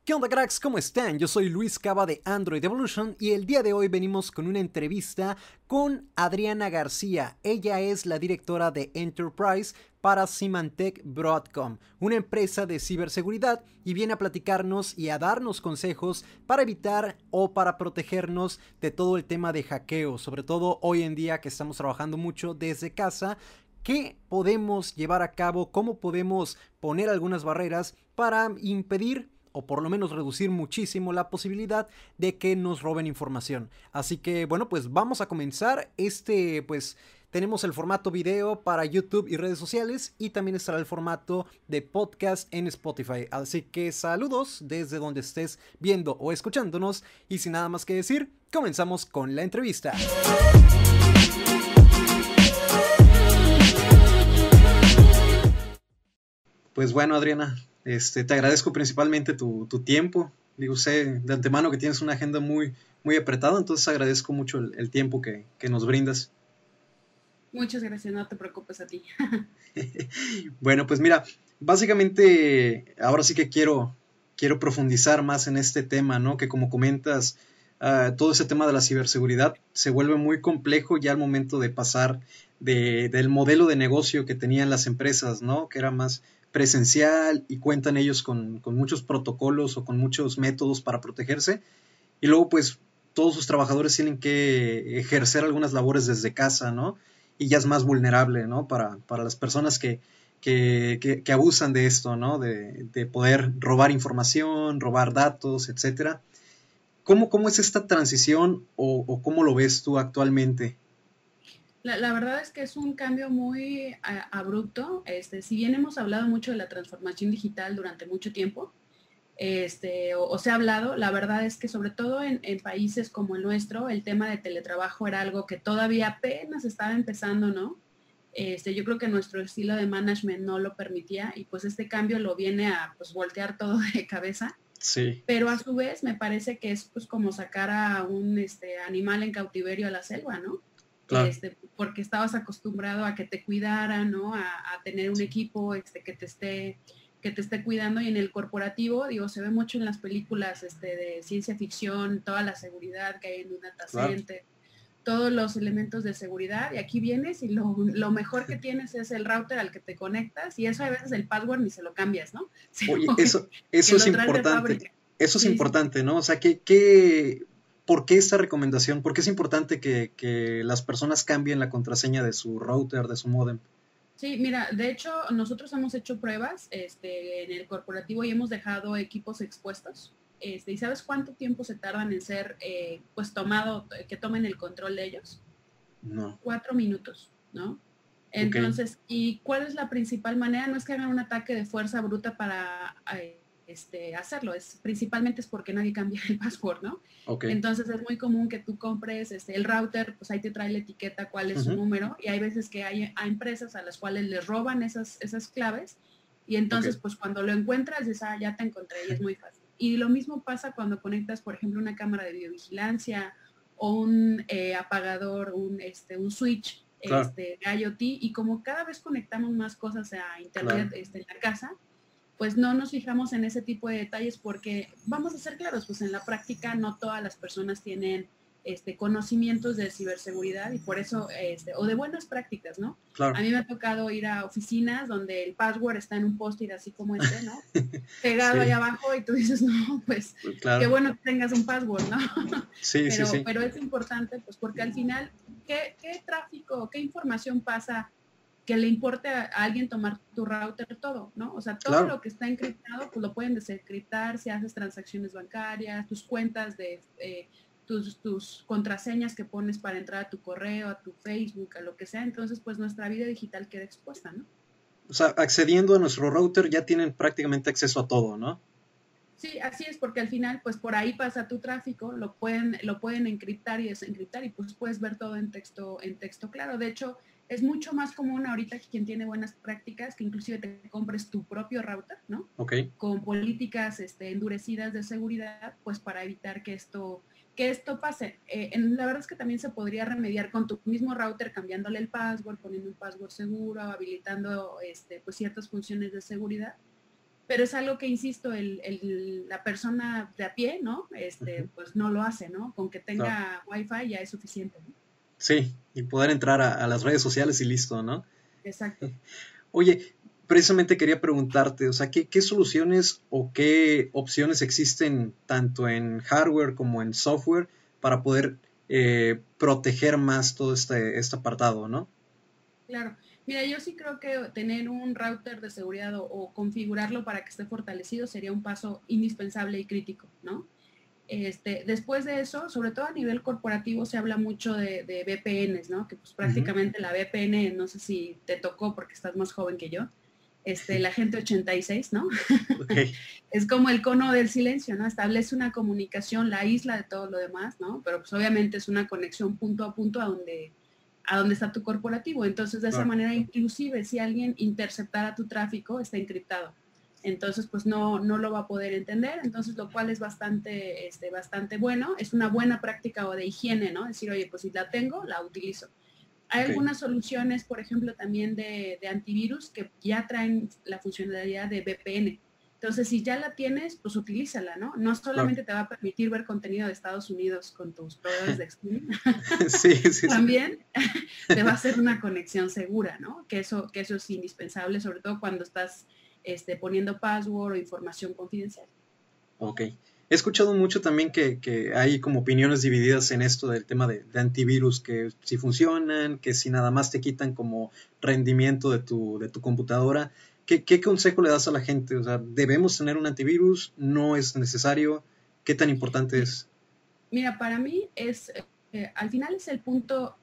¿Qué onda, cracks? ¿Cómo están? Yo soy Luis Cava de Android Evolution y el día de hoy venimos con una entrevista con Adriana García. Ella es la directora de Enterprise para Symantec Broadcom, una empresa de ciberseguridad, y viene a platicarnos y a darnos consejos para evitar o para protegernos de todo el tema de hackeo, sobre todo hoy en día que estamos trabajando mucho desde casa. ¿Qué podemos llevar a cabo? ¿Cómo podemos poner algunas barreras para impedir o por lo menos reducir muchísimo la posibilidad de que nos roben información? Así que bueno, pues vamos a comenzar. Pues tenemos el formato video para YouTube y redes sociales, y también estará el formato de podcast en Spotify. Así que saludos desde donde estés viendo o escuchándonos, y sin nada más que decir, comenzamos con la entrevista. Pues bueno, Adriana, te agradezco principalmente tu tiempo. Digo, sé de antemano que tienes una agenda muy apretada, entonces agradezco mucho el tiempo que nos brindas. Muchas gracias, no te preocupes a ti. Bueno, pues mira, básicamente ahora sí que quiero profundizar más en este tema, ¿no? Que como comentas, todo ese tema de la ciberseguridad se vuelve muy complejo ya al momento de pasar del modelo de negocio que tenían las empresas, ¿no? Que era más presencial y cuentan ellos con muchos protocolos o con muchos métodos para protegerse. Y luego pues todos sus trabajadores tienen que ejercer algunas labores desde casa, ¿no? Y ya es más vulnerable, ¿no? Para las personas que abusan de esto, ¿no? De poder robar información, robar datos, etcétera. ¿Cómo es esta transición o cómo lo ves tú actualmente? La verdad es que es un cambio muy abrupto. Si bien hemos hablado mucho de la transformación digital durante mucho tiempo, o se ha hablado, la verdad es que sobre todo en países como el nuestro, el tema de teletrabajo era algo que todavía apenas estaba empezando, ¿no? Yo creo que nuestro estilo de management no lo permitía, y pues este cambio lo viene a pues voltear todo de cabeza. Sí, Pero a su vez me parece que es pues como sacar a un animal en cautiverio a la selva, ¿no? claro. Porque estabas acostumbrado a que te cuidaran, ¿no? A tener un equipo que te esté cuidando, y en el corporativo, digo, se ve mucho en las películas de ciencia ficción, toda la seguridad que hay en un data Claro. center, todos los elementos de seguridad, y aquí vienes y lo mejor que tienes es el router al que te conectas, y eso a veces el password ni se lo cambias, ¿no? Sino Oye, que, eso que es lo traes de importante. fábrica. Eso es Sí, sí. importante, ¿no? O sea, ¿por qué esta recomendación? ¿Por qué es importante que las personas cambien la contraseña de su router, de su modem? Sí, mira, de hecho, nosotros hemos hecho pruebas en el corporativo y hemos dejado equipos expuestos. ¿Y sabes cuánto tiempo se tardan en ser, pues, que tomen el control de ellos? No, 4 minutos, ¿no? ok, Entonces, ¿y cuál es la principal manera? No es que hagan un ataque de fuerza bruta para hacerlo, principalmente es porque nadie cambia el password, ¿no? ok. Entonces es muy común que tú compres el router, pues ahí te trae la etiqueta cuál es su Ujú, número, y hay veces que hay empresas a las cuales les roban esas claves, y ok, entonces pues cuando lo encuentras dices, ya te encontré, y es muy fácil. Y lo mismo pasa cuando conectas, por ejemplo, una cámara de videovigilancia o un apagador, un switch claro, de IoT, y como cada vez conectamos más cosas a claro. internet en la casa, pues no nos fijamos en ese tipo de detalles, porque vamos a ser claros, pues en la práctica no todas las personas tienen conocimientos de ciberseguridad, y por eso, o de buenas prácticas, ¿no? A Claro. mí me ha tocado ir a oficinas donde el password está en un post-it así como ¿no? Pegado ahí Sí, abajo, y tú dices, no, pues qué claro. bueno que tengas un password, ¿no? Sí, sí, pero, sí. pero es importante, pues porque al final, ¿qué tráfico, qué información pasa que le importe a alguien tomar tu router? Todo, ¿no? O sea, todo Claro. lo que está encriptado, pues lo pueden desencriptar si haces transacciones bancarias, tus cuentas tus contraseñas que pones para entrar a tu correo, a tu Facebook, a lo que sea. Entonces, pues nuestra vida digital queda expuesta, ¿no? O sea, accediendo a nuestro router ya tienen prácticamente acceso a todo, ¿no? Sí, así es, porque al final, pues por ahí pasa tu tráfico, lo pueden encriptar y desencriptar, y pues puedes ver todo en texto claro. De hecho, es mucho más común ahorita que quien tiene buenas prácticas, que inclusive te compres tu propio router, ¿no? Ok, Con políticas endurecidas de seguridad, pues para evitar que esto pase. La verdad es que también se podría remediar con tu mismo router, cambiándole el password, poniendo un password seguro, habilitando pues ciertas funciones de seguridad, pero es algo que, insisto, la persona de a pie, ¿no? Pues no lo hace, ¿no? Con que tenga Wi-Fi ya es suficiente, ¿no? Sí, y poder entrar a las redes sociales y listo, ¿no? Exacto. Oye, precisamente quería preguntarte, o sea, ¿qué soluciones o qué opciones existen tanto en hardware como en software para poder proteger más todo este apartado, ¿no? Claro. Mira, yo sí creo que tener un router de seguridad o configurarlo para que esté fortalecido sería un paso indispensable y crítico, ¿no? Después de eso, sobre todo a nivel corporativo, se habla mucho de VPNs, ¿no? Que pues prácticamente la VPN, no sé si te tocó porque estás más joven que yo, la gente 86, ¿no? Okay. Es como el cono del silencio, ¿no? Establece una comunicación, la isla de todo lo demás, ¿no? Pero pues obviamente es una conexión punto a punto a donde está tu corporativo. Entonces, de esa manera, inclusive si alguien interceptara tu tráfico, está encriptado. Entonces, pues no lo va a poder entender. Entonces, lo cual es bastante bueno. Es una buena práctica o de higiene, ¿no? Decir, oye, pues si la tengo, la utilizo. Hay algunas soluciones, por ejemplo, también de antivirus que ya traen la funcionalidad de VPN. Entonces, si ya la tienes, pues utilízala, ¿no? No solamente te va a permitir ver contenido de Estados Unidos con tus proveedores de streaming, sí. también te va a hacer una conexión segura, ¿no? Que eso es indispensable, sobre todo cuando estás poniendo password o información confidencial. Ok. He escuchado mucho también que hay como opiniones divididas en esto del tema de antivirus, que si funcionan, que si nada más te quitan como rendimiento de tu computadora. ¿Qué consejo le das a la gente? O sea, ¿debemos tener un antivirus? ¿No es necesario? ¿Qué tan importante es? Mira, para mí al final es el punto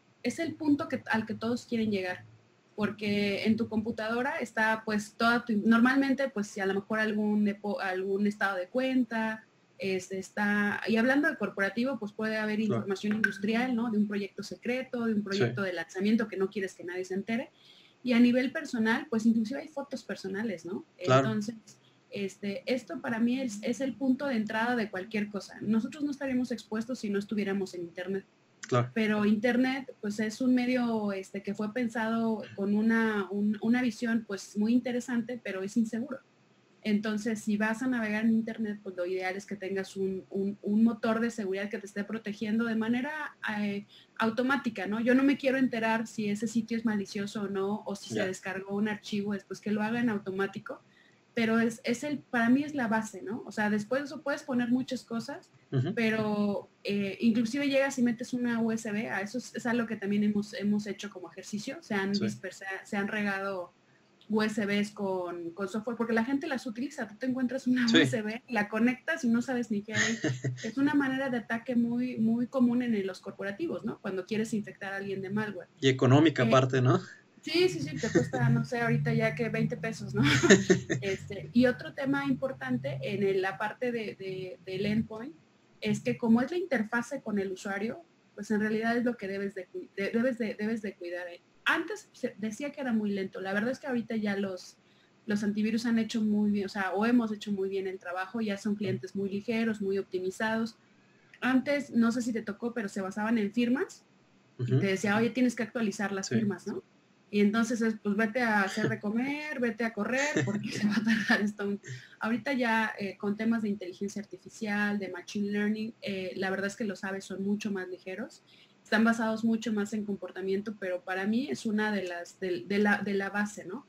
al que todos quieren llegar, porque en tu computadora está pues normalmente pues si a lo mejor algún estado de cuenta, y hablando de corporativo, pues puede haber información industrial, ¿no? De un proyecto secreto, de un proyecto de lanzamiento que no quieres que nadie se entere. Y a nivel personal, pues inclusive hay fotos personales, ¿no? Entonces, esto para mí es el punto de entrada de cualquier cosa. Nosotros no estaríamos expuestos si no estuviéramos en Internet. Claro. Pero Internet, pues es un medio que fue pensado con una visión pues muy interesante, pero es inseguro. Entonces, si vas a navegar en Internet, pues lo ideal es que tengas un motor de seguridad que te esté protegiendo de manera automática, ¿no? Yo no me quiero enterar si ese sitio es malicioso o no, o si se descargó un archivo, después que lo haga en automático, pero para mí es la base, ¿no? O sea, después de eso puedes poner muchas cosas, pero inclusive llegas y metes una USB, a eso es algo que también hemos hecho como ejercicio, se han regado USBs con software, porque la gente las utiliza. Tú te encuentras una USB, la conectas y no sabes ni qué hay. Es una manera de ataque muy, muy común en los corporativos, ¿no? Cuando quieres infectar a alguien de malware. Y económica aparte, ¿no? Sí, te cuesta, no sé, ahorita ya que 20 pesos, ¿no? Y otro tema importante en la parte del endpoint es que como es la interfase con el usuario, pues en realidad es lo que debes de cuidar. Antes se decía que era muy lento. La verdad es que ahorita ya los antivirus han hecho muy bien, o hemos hecho muy bien el trabajo, ya son clientes muy ligeros, muy optimizados. Antes, no sé si te tocó, pero se basaban en firmas y te decía, oye, tienes que actualizar las firmas, ¿no? Y entonces pues vete a hacer de comer, vete a correr, porque se va a tardar esto. Ahorita ya con temas de inteligencia artificial, de machine learning, la verdad es que los aves son mucho más ligeros, están basados mucho más en comportamiento, pero para mí es una de la base, ¿no?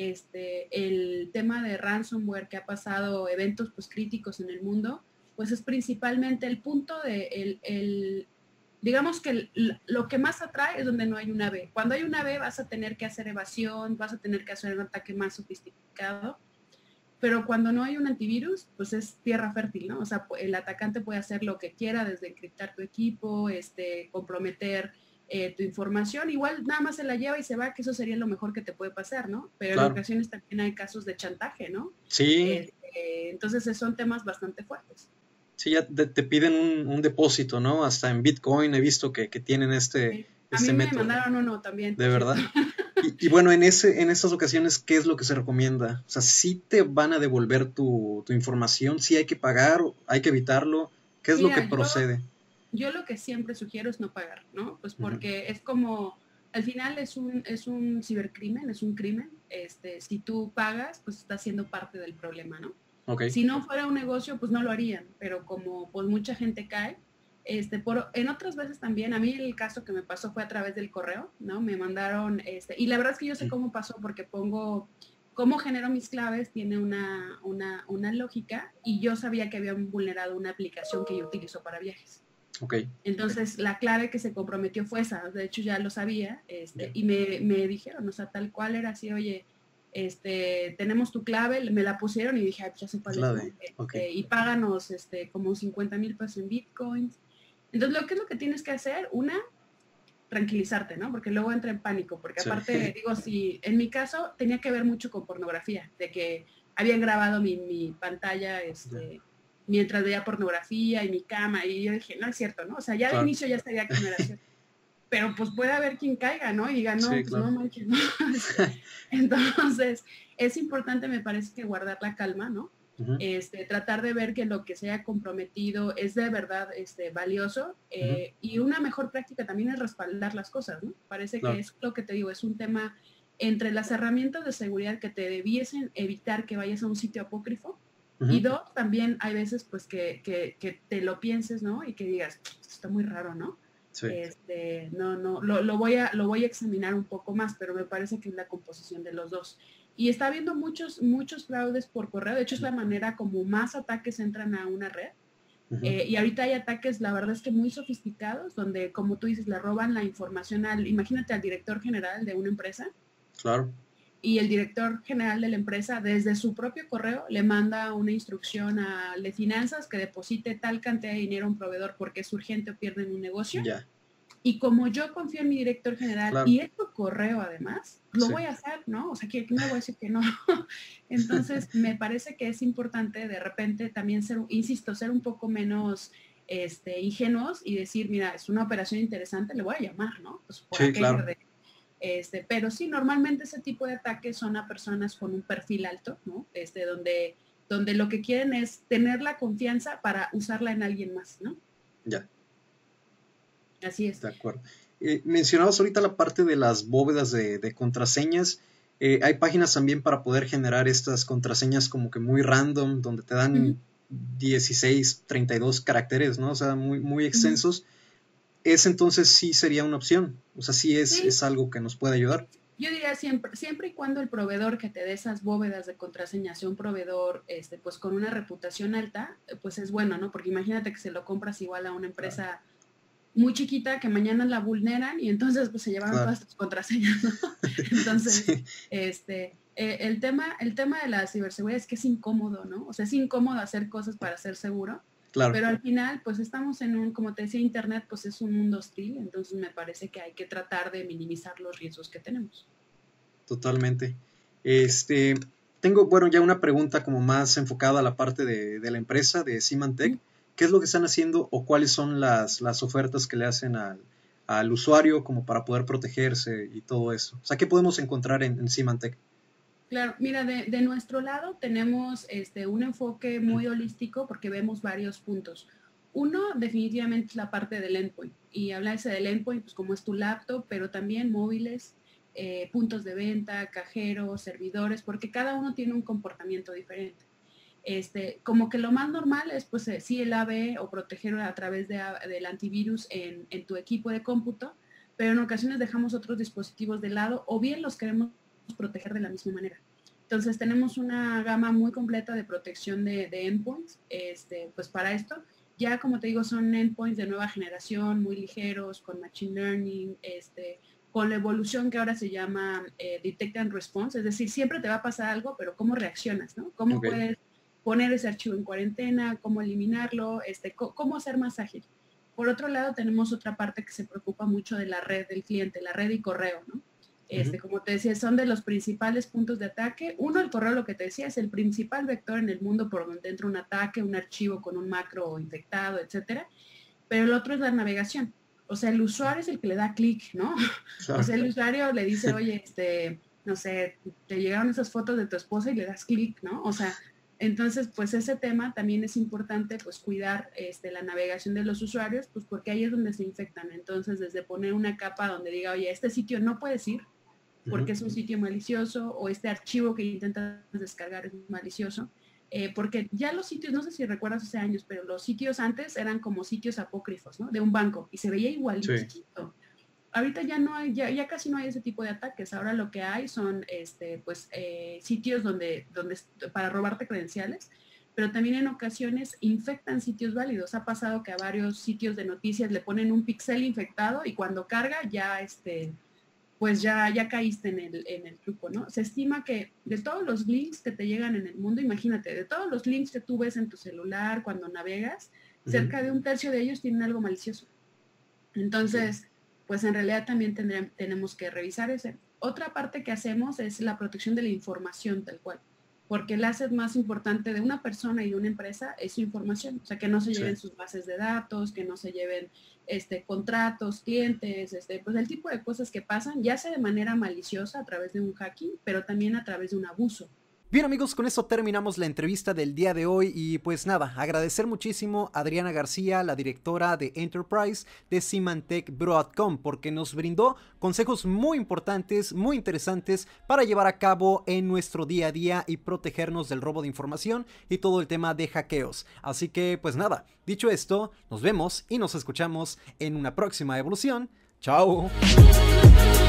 El tema de ransomware que ha pasado eventos pues críticos en el mundo, pues es principalmente el punto de digamos que lo que más atrae es donde no hay una B. Cuando hay una B vas a tener que hacer evasión, vas a tener que hacer un ataque más sofisticado, pero cuando no hay un antivirus, pues es tierra fértil, ¿no? O sea, el atacante puede hacer lo que quiera, desde encriptar tu equipo, comprometer tu información, igual nada más se la lleva y se va, que eso sería lo mejor que te puede pasar, ¿no? Pero en ocasiones también hay casos de chantaje, ¿no? Sí. Entonces son temas bastante fuertes. Sí, ya te piden un depósito, ¿no? Hasta en Bitcoin he visto que tienen este A mí me método. mandaron uno también. ¿De verdad? Y bueno, en esas ocasiones, ¿qué es lo que se recomienda? O sea, ¿sí te van a devolver tu información? ¿Sí hay que pagar? ¿Hay que evitarlo? ¿Qué es lo que procede? Yo lo que siempre sugiero es no pagar, ¿no? Pues porque es como al final es un cibercrimen, es un crimen. Si tú pagas, pues estás siendo parte del problema, ¿no? Ok. Si no fuera un negocio, pues no lo harían, pero como pues mucha gente cae, en otras veces también, a mí el caso que me pasó fue a través del correo, ¿no? Me mandaron, y la verdad es que yo sé cómo pasó porque pongo, cómo genero mis claves, tiene una lógica, y yo sabía que habían vulnerado una aplicación que yo utilizo para viajes. Okay. Entonces, la clave que se comprometió fue esa, de hecho ya lo sabía, y me dijeron, o sea, tal cual era así, oye, tenemos tu clave, me la pusieron y dije, ay, pues ya sé cuál es, ¿no? Okay. Y páganos, como 50,000 pesos en bitcoins. Entonces, ¿qué es lo que tienes que hacer? Una, tranquilizarte, ¿no? Porque luego entra en pánico, porque aparte, digo, si en mi caso tenía que ver mucho con pornografía, de que habían grabado mi pantalla, mientras veía pornografía y mi cama, y yo dije, no es cierto, ¿no? O sea, ya de inicio ya sabía que no era cierto. Pero pues puede haber quien caiga, ¿no? Y diga, no, pues no manches, ¿no? Entonces, es importante, me parece, que guardar la calma, ¿no? Tratar de ver que lo que se haya comprometido es de verdad valioso, y una mejor práctica también es respaldar las cosas, ¿no? Parece que es lo que te digo, es un tema entre las herramientas de seguridad que te debiesen evitar que vayas a un sitio apócrifo, y dos, también hay veces pues que te lo pienses, ¿no? Y que digas, está muy raro, ¿no? Sí. No, lo voy a examinar un poco más, pero me parece que es la composición de los dos. Y está habiendo muchos fraudes por correo. De hecho, es la manera como más ataques entran a una red. Y ahorita hay ataques, la verdad es que muy sofisticados, donde, como tú dices, le roban la información imagínate al director general de una empresa. Claro. Y el director general de la empresa, desde su propio correo, le manda una instrucción a de finanzas que deposite tal cantidad de dinero a un proveedor porque es urgente o pierden un negocio. Y como yo confío en mi director general y es tu correo además, lo voy a hacer, ¿no? O sea, que no voy a decir que no. Entonces, me parece que es importante de repente también ser un poco menos ingenuos y decir, mira, es una operación interesante, le voy a llamar, ¿no? Pues por aquello de pero sí, normalmente ese tipo de ataques son a personas con un perfil alto, ¿no? Donde lo que quieren es tener la confianza para usarla en alguien más, ¿no? Ya. Así es. De acuerdo. Mencionabas ahorita la parte de las bóvedas de contraseñas. Hay páginas también para poder generar estas contraseñas como que muy random, donde te dan 16, 32 caracteres, ¿no? O sea, muy, muy extensos. Ese entonces sí sería una opción. O sea, sí es algo que nos puede ayudar. Yo diría siempre y cuando el proveedor que te dé esas bóvedas de contraseña sea un proveedor pues con una reputación alta, pues es bueno, ¿no? Porque imagínate que se lo compras igual a una empresa muy chiquita que mañana la vulneran y entonces pues se llevaron todas tus contraseñas, ¿no? Entonces, el tema de la ciberseguridad es que es incómodo, ¿no? O sea, es incómodo hacer cosas para ser seguro. Claro. Pero al final, pues estamos como te decía, Internet, pues es un mundo hostil, entonces me parece que hay que tratar de minimizar los riesgos que tenemos. Totalmente. Tengo, bueno, ya una pregunta como más enfocada a la parte de la empresa, de Symantec. ¿Qué es lo que están haciendo o cuáles son las ofertas que le hacen al usuario como para poder protegerse y todo eso? O sea, ¿qué podemos encontrar en Symantec? Claro, mira, de nuestro lado tenemos un enfoque muy holístico porque vemos varios puntos. Uno, definitivamente, es la parte del endpoint. Y hablarse del endpoint, pues como es tu laptop, pero también móviles, puntos de venta, cajeros, servidores, porque cada uno tiene un comportamiento diferente. Como que lo más normal es, pues, sí, el AV o proteger a través del antivirus en tu equipo de cómputo, pero en ocasiones dejamos otros dispositivos de lado o bien los queremos proteger de la misma manera. Entonces tenemos una gama muy completa de protección de endpoints, pues para esto. Ya como te digo, son endpoints de nueva generación, muy ligeros, con machine learning, con la evolución que ahora se llama detect and response, es decir, siempre te va a pasar algo, pero cómo reaccionas, ¿no? ¿Cómo puedes poner ese archivo en cuarentena, cómo eliminarlo, cómo hacer más ágil? Por otro lado, tenemos otra parte que se preocupa mucho de la red del cliente, la red y correo, ¿no? Como te decía, son de los principales puntos de ataque. Uno, el correo, lo que te decía, es el principal vector en el mundo por donde entra un ataque, un archivo con un macro infectado, etcétera. Pero el otro es la navegación. O sea, el usuario es el que le da clic, ¿no? Claro. O sea, el usuario le dice, oye, no sé, te llegaron esas fotos de tu esposa y le das clic, ¿no? O sea, Entonces, pues ese tema también es importante, pues cuidar la navegación de los usuarios, pues porque ahí es donde se infectan. Entonces, desde poner una capa donde diga, oye, este sitio no puedes ir porque es un sitio malicioso, o este archivo que intentas descargar es malicioso, porque ya los sitios, no sé si recuerdas hace años, pero los sitios antes eran como sitios apócrifos, ¿no? De un banco, y se veía igualito. Sí. Ahorita ya no hay, ya casi no hay ese tipo de ataques. Ahora lo que hay son sitios donde para robarte credenciales, pero también en ocasiones infectan sitios válidos. Ha pasado que a varios sitios de noticias le ponen un pixel infectado y cuando carga ya pues ya caíste en el truco, ¿no? Se estima que de todos los links que te llegan en el mundo, imagínate, de todos los links que tú ves en tu celular cuando navegas, cerca de un tercio de ellos tienen algo malicioso. Entonces, pues en realidad también tenemos que revisar ese. Otra parte que hacemos es la protección de la información tal cual, porque el asset más importante de una persona y de una empresa es su información, o sea, que no se lleven sus bases de datos, que no se lleven contratos, clientes, pues el tipo de cosas que pasan, ya sea de manera maliciosa a través de un hacking, pero también a través de un abuso. Bien amigos, con esto terminamos la entrevista del día de hoy y pues nada, agradecer muchísimo a Adriana García, la directora de Enterprise de Symantec Broadcom, porque nos brindó consejos muy importantes, muy interesantes para llevar a cabo en nuestro día a día y protegernos del robo de información y todo el tema de hackeos. Así que pues nada, dicho esto, nos vemos y nos escuchamos en una próxima evolución. ¡Chao!